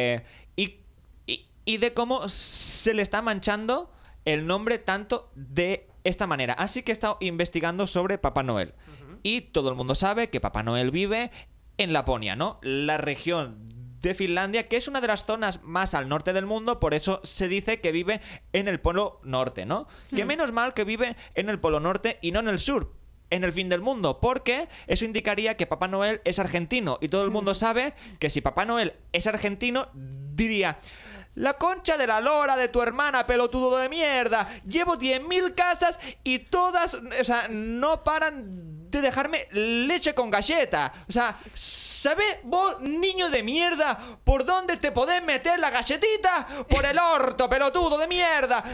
y de cómo se le está manchando el nombre tanto de esta manera. Así que he estado investigando sobre Papá Noel. Y todo el mundo sabe que Papá Noel vive en Laponia, ¿no? La región de Finlandia, que es una de las zonas más al norte del mundo, por eso se dice que vive en el polo norte, ¿no? Que menos mal que vive en el polo norte y no en el sur, en el fin del mundo, porque eso indicaría que Papá Noel es argentino, y todo el mundo sabe que si Papá Noel es argentino, diría: la concha de la lora de tu hermana, pelotudo de mierda. Llevo 10.000 casas y todas, o sea, no paran de dejarme leche con galleta. O sea, ¿sabes vos, niño de mierda, por dónde te podés meter la galletita? Por el orto, pelotudo de mierda.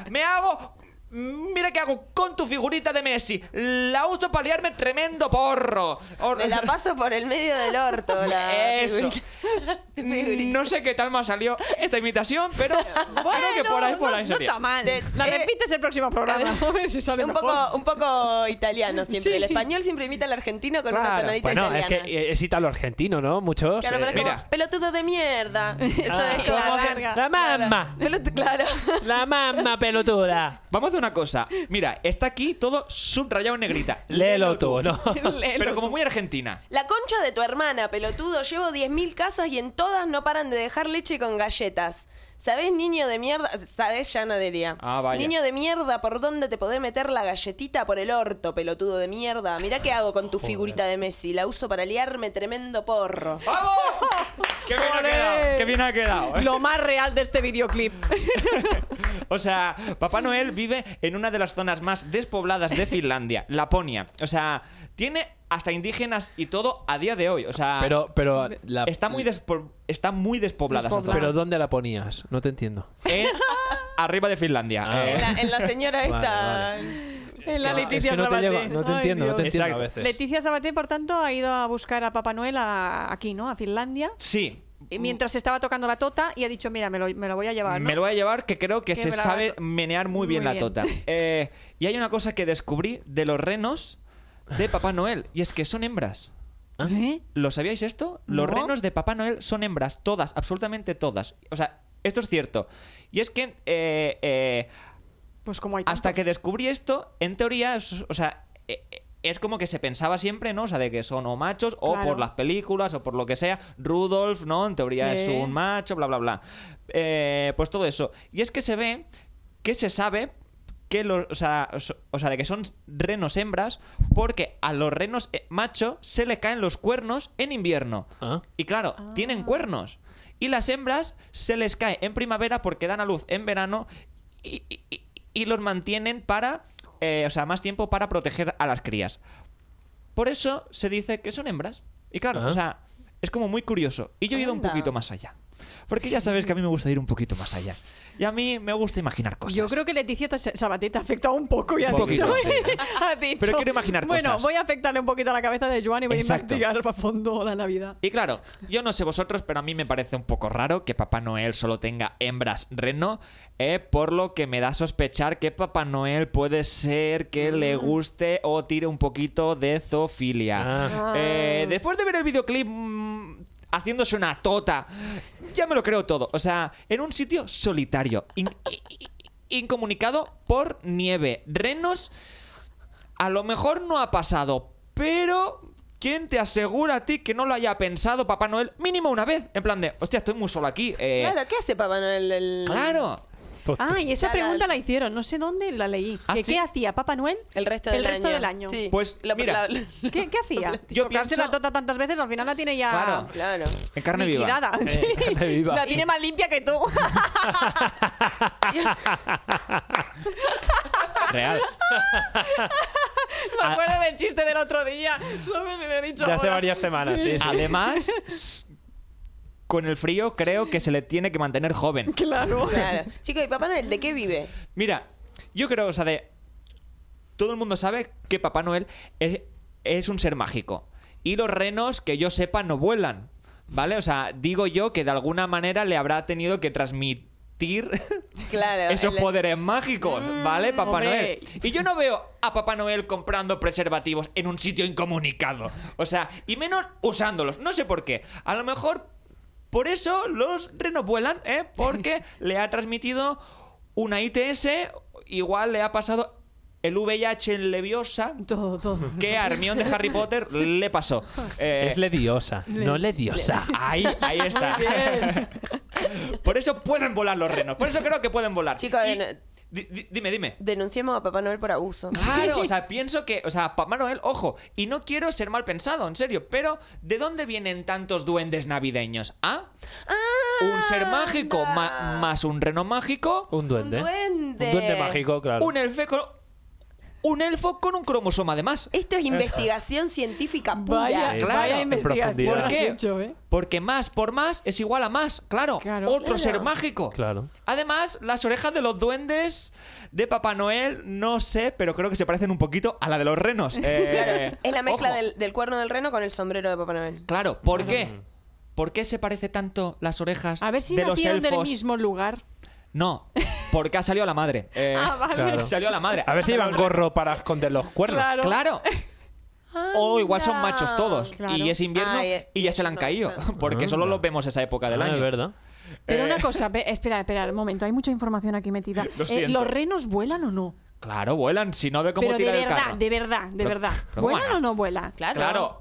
Mira qué hago con tu figurita de Messi. La uso para liarme tremendo porro. Me la paso por el medio del orto, la Eso. figurita. No sé qué tal me salió esta imitación, pero creo que por ahí no sería. está mal. De- La repites el próximo programa. A ver si sale Un mejor. poco italiano siempre. Sí. El español siempre imita al argentino con una Claro. tonadita Bueno, es italiana. que es italo-argentino, ¿no? Muchos. Claro, pero es como mira. pelotudo de mierda. Eso Ah, es como la hacer- verga. La mamá. Claro. La mamá pelotuda. Vamos a hacer una cosa. Mira, está aquí todo subrayado en negrita. Léelo tú, ¿no? Pero como muy argentina. La concha de tu hermana, pelotudo. Llevo 10.000 casas y en todas no paran de dejar leche con galletas. ¿Sabés, niño de mierda? ¿Sabés? Ya no diría. Ah, vaya. Niño de mierda, ¿por dónde te podés meter la galletita? Por el orto, pelotudo de mierda. Mirá qué hago con tu figurita de Messi. La uso para liarme tremendo porro. ¡Vamos! ¡Qué bien ha ¡Olé! quedado! ¡Qué bien ha quedado! ¿Eh? Lo más real de este videoclip. O sea, Papá Noel vive en una de las zonas más despobladas de Finlandia, Laponia. O sea, tiene hasta indígenas y todo a día de hoy. O sea, Pero la, está muy despoblada esa zona. pero ¿dónde la ponías? No te entiendo. Arriba de Finlandia. Ah. En la señora esta. Vale. En la Es que Leticia no te Sabaté. llego- no te Ay, entiendo, no te Dios. entiendo a Exacto. veces. Leticia Sabaté, por tanto, ha ido a buscar a Papá Noel aquí, ¿no? A Finlandia. Sí. Y mientras estaba tocando la tota y ha dicho, mira, me lo voy a llevar, ¿no? Me lo voy a llevar, que creo que Que se me la sabe va a- menear muy bien Muy la bien. tota. Y hay una cosa que descubrí de los renos de Papá Noel, y es que son hembras. ¿Eh? ¿Lo sabíais esto? Los No. renos de Papá Noel son hembras, todas, absolutamente todas. O sea, esto es cierto. Y es que Pues como hay hasta tantos. que descubrí esto, en teoría, o sea, es como que se pensaba siempre, ¿no? O sea, de que son o machos o Claro. por las películas o por lo que sea. Rudolf, ¿no? En teoría Sí. es un macho, bla, bla, bla. Pues todo eso. Y es que se ve que se sabe que o sea, de que son renos hembras porque a los renos macho se le caen los cuernos en invierno. Ah. Y claro, tienen cuernos. Y las hembras se les cae en primavera porque dan a luz en verano y los mantienen para, o sea, más tiempo para proteger a las crías. Por eso se dice que son hembras. Y claro, Ah. o sea, es como muy curioso. Y yo he ido un Anda. poquito más allá. Porque ya sabes que a mí me gusta ir un poquito más allá. Y a mí me gusta imaginar cosas. Yo creo que Leticia Sabaté te ha afectado un poco y ha Un poquito, dicho, sí. ha dicho, Pero quiero imaginar bueno, cosas. voy a afectarle un poquito a la cabeza de Joan y voy Exacto. a investigar a fondo la Navidad. Y claro, yo no sé vosotros, pero a mí me parece un poco raro que Papá Noel solo tenga hembras reno, por lo que me da a sospechar que Papá Noel puede ser que le guste o tire un poquito de zoofilia. Ah. Después de ver el videoclip haciéndose una tota, ya me lo creo todo. O sea, en un sitio solitario, incomunicado por nieve. Renos, a lo mejor no ha pasado, pero ¿quién te asegura a ti que no lo haya pensado Papá Noel mínimo una vez? En plan de, hostia, estoy muy solo aquí. Claro, ¿qué hace Papá Noel? Claro. Pues Ah, y esa Claro. pregunta la hicieron, no sé dónde la leí. ¿Ah, ¿Que sí? ¿Qué hacía Papá Noel El resto del año. Sí. Pues, mira, ¿Qué hacía? Yo Tocarse pienso- la tota tantas veces, al final la tiene ya Claro. Claro. En carne viva. liquidada. Sí. carne viva. La tiene más limpia que tú. Real. Me acuerdo del chiste del otro día. ¿Sabes? Me lo he dicho De hace ahora. varias semanas, sí. Además, con el frío creo que se le tiene que mantener joven. Claro. Claro. Chicos, ¿y Papá Noel de qué vive? Mira, yo creo, o sea, todo el mundo sabe que Papá Noel es un ser mágico. Y los renos, que yo sepa, no vuelan. ¿Vale? O sea, digo yo que de alguna manera le habrá tenido que transmitir Claro. esos poderes mágicos, ¿vale? Papá hombre. Noel. Y yo no veo a Papá Noel comprando preservativos en un sitio incomunicado. O sea, y menos usándolos. No sé por qué. A lo mejor por eso los renos vuelan, ¿eh? Porque le ha transmitido una ITS, igual le ha pasado el VIH en Leviosa Todo. que a Hermione de Harry Potter le pasó. Es lediosa, no lediosa. Ahí está. Por eso pueden volar los renos. Por eso creo que pueden volar. Chicos, Dime. denunciemos a Papá Noel por abuso. Claro, o sea, pienso que, o sea, Papá Noel, ojo, y no quiero ser mal pensado, en serio, pero ¿de dónde vienen tantos duendes navideños? ¿Ah? Un ser mágico más un reno mágico, Un duende. Un duende. Un duende mágico, claro. un elfo con un cromosoma de más. Esto es investigación científica pura. Vaya, Sí, vaya claro, en investigación profundidad. ¿Por has qué? hecho, ¿eh? Porque más por más es igual a más, claro. Claro. Otro Claro. ser mágico. Claro. Además, las orejas de los duendes de Papá Noel, no sé, pero creo que se parecen un poquito a la de los renos. Claro. Es la mezcla ojo. del cuerno del reno con el sombrero de Papá Noel. Claro, ¿por qué? ¿Por qué se parece tanto las orejas A ver si de los nacieron del elfos? mismo lugar. No, porque ha salido la madre. Vale. Claro. Salió la madre. A ver si llevan gorro para esconder los cuernos. Claro. Claro. O igual son Anda. machos todos. Claro. Y es invierno Ay, y ya eso se le han no caído. sé. Porque solo Anda. los vemos esa época del año. Es verdad. Pero Eh, una cosa, espera, un momento, hay mucha información aquí metida. Lo siento. ¿Los renos vuelan o no? Claro, vuelan. Si no ve cómo Pero de tira el verdad, carro. de verdad, de Pero- verdad. pero ¿cómo ¿Vuelan no? o no vuelan? Claro,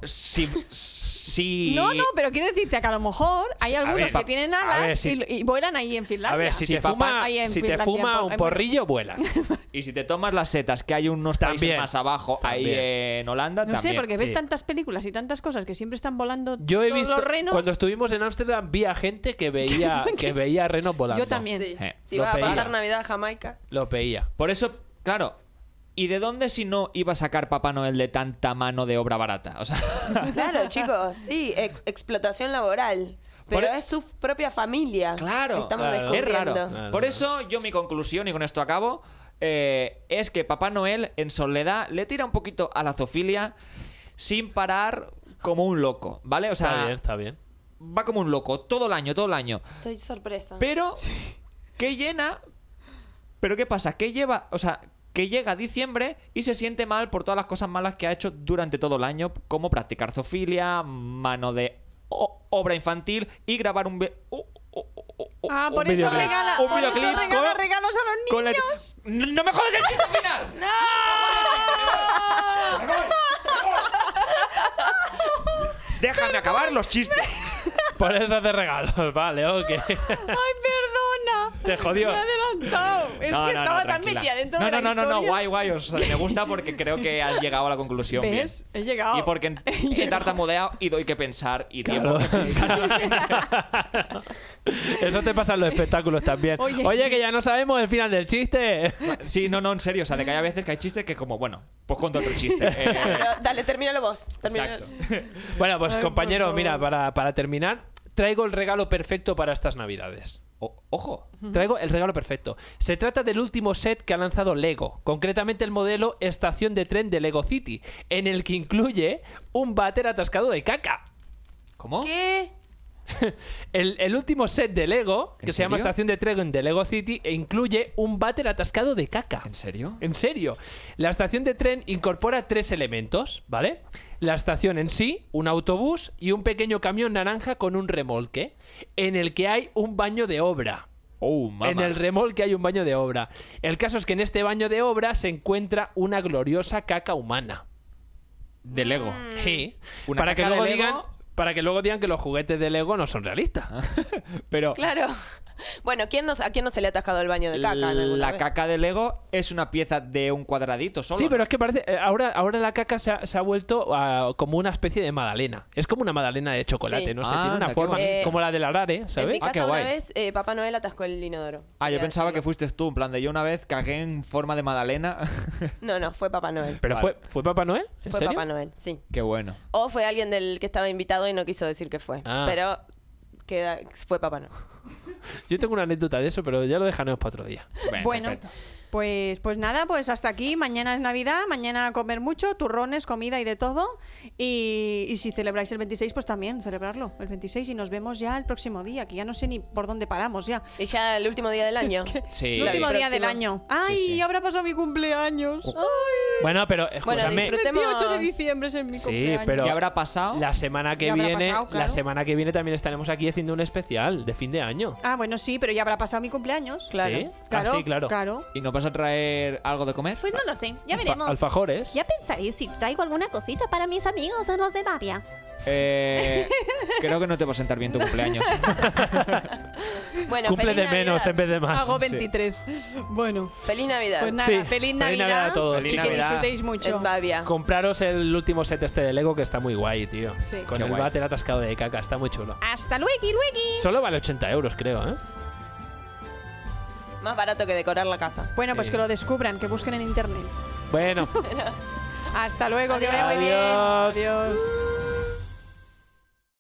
si... No, pero quiero decirte que a lo mejor hay algunos ver, que tienen a ver, alas si- y vuelan ahí en Finlandia. A ver, si Si te papá- fuma, ahí en si te Finlandia, fuma un en- porrillo, vuela. Y si te tomas las setas, que hay unos países También, más abajo, ahí también. en Holanda, No sé, también. porque ves sí. tantas películas y tantas cosas que siempre están volando Yo he todos visto, los renos. cuando estuvimos en Ámsterdam, vi a gente que veía renos volando. Yo también. Sí. Eh, Si lo vas a pedía. pasar Navidad a Jamaica. Lo veía. Por eso, claro. ¿Y de dónde si no iba a sacar Papá Noel de tanta mano de obra barata? O sea, Claro, chicos, sí, explotación laboral. Pero Por- es su propia familia. Claro, Estamos claro. es descubriendo. raro. Claro. Por eso yo mi conclusión, y con esto acabo, es que Papá Noel en soledad le tira un poquito a la zoofilia sin parar como un loco, ¿vale? O sea, Está bien. va como un loco todo el año. Estoy sorpresa. Pero que llena. Pero ¿qué pasa? Que lleva, o sea, que llega diciembre y se siente mal por todas las cosas malas que ha hecho durante todo el año, como practicar zoofilia, mano de obra infantil y grabar un Ah, por Un eso videoclip. regala, Un por eso videoclip regala con- regalos a los con la- niños. ¡No me jodas el chiste final! Déjame acabar los chistes. Por eso hace regalos, vale, ok. Ay, perdona. Te jodió. Me he adelantado. Es No, que no, estaba no, tan tranquila. metida dentro de la No, historia. guay. O sea, me gusta porque creo que has llegado a la conclusión ¿Ves? bien. He llegado. Y porque He he llegado. tartamudeado y doy que pensar y Claro. tiempo que pensar. Eso te pasa en los espectáculos también. Oye. Oye, que ya no sabemos el final del chiste. Sí, no, en serio. O sea, de que hay veces que hay chistes que como, bueno, pues cuento otro chiste. Pero dale, termínalo vos. Exacto. Bueno, pues Ay, compañero, por mira, favor. para terminar, traigo el regalo perfecto para estas navidades. Ojo. Traigo el regalo perfecto. Se trata del último set que ha lanzado Lego, concretamente el modelo Estación de Tren de Lego City, en el que incluye un váter atascado de caca. ¿Cómo? ¿Qué? El último set de Lego, que ¿En se llama serio? Estación de Tren de Lego City, e incluye un váter atascado de caca. ¿En serio? En serio. La estación de tren incorpora 3 elementos, ¿vale? La estación en sí, un autobús y un pequeño camión naranja con un remolque, en el que hay un baño de obra. Oh, mamá. En el remolque hay un baño de obra. El caso es que en este baño de obra se encuentra una gloriosa caca humana. De Lego. Sí. Una Para que caca de luego Lego. digan, para que luego digan que los juguetes de Lego no son realistas. Pero Claro. Bueno, ¿a quién no se le ha atascado el baño de caca? la caca de Lego es una pieza de un cuadradito solo. Sí, pero es que parece. Ahora la caca se ha vuelto como una especie de magdalena. Es como una magdalena de chocolate, Sí. no sé. Tiene Anda, una qué forma bonito. como la del arare, En ¿sabes? mi Ah, qué casa una guay. vez Papá Noel atascó el inodoro. Yo Quería pensaba que decirlo. fuiste tú, en plan de yo una vez cagué en forma de magdalena. No, fue Papá Noel. Pero Vale. ¿fue Papá Noel? ¿En Fue serio? Papá Noel, sí. Qué bueno. O fue alguien del que estaba invitado y no quiso decir que fue. Ah. Pero fue Papá Noel. Yo tengo una anécdota de eso, pero ya lo dejaremos para otro día. Bueno, perfecto. pues nada, pues hasta aquí. Mañana es Navidad, mañana a comer mucho, turrones, comida y de todo. Y si celebráis el 26, pues también celebrarlo el 26 y nos vemos ya el próximo día, que ya no sé ni por dónde paramos ya. Y ya el último día del año. Sí. El último día próximo. del año. ¡Ay! sí. Habrá pasado mi cumpleaños. ¡Ay! Bueno, pero Bueno, escúchame. disfrutemos. 28 de diciembre es en mi Sí, cumpleaños. pero ¿Qué habrá pasado? la semana que Ya habrá viene, pasado, claro. la semana que viene también estaremos aquí haciendo un especial de fin de año. Ah, bueno, sí, pero ya habrá pasado mi cumpleaños. Claro. ¿Sí? Claro, Ah, sí, claro. claro. ¿Y nos vas a traer algo de comer? Pues no lo sé, ya veremos. Alfajores. Ya pensaré si traigo alguna cosita para mis amigos o los de Babia. Creo que no te va a sentar bien tu cumpleaños. Bueno, Cumple feliz de menos Navidad. en vez de más. Hago 23. Bueno, Feliz Navidad. pues nada, Sí, feliz Navidad. a todos. Feliz Y que Navidad. disfrutéis mucho. En Babia. Compraros el último set este de Lego que está muy guay, tío. Sí. Con Qué el guay. váter atascado de caca, está muy chulo. Hasta luego, luego. Solo vale 80 euros, creo, ¿eh? Más barato que decorar la casa. Bueno, pues Sí. que lo descubran, que busquen en internet. Bueno, Hasta luego, que Adiós. vaya muy bien. Adiós. Adiós.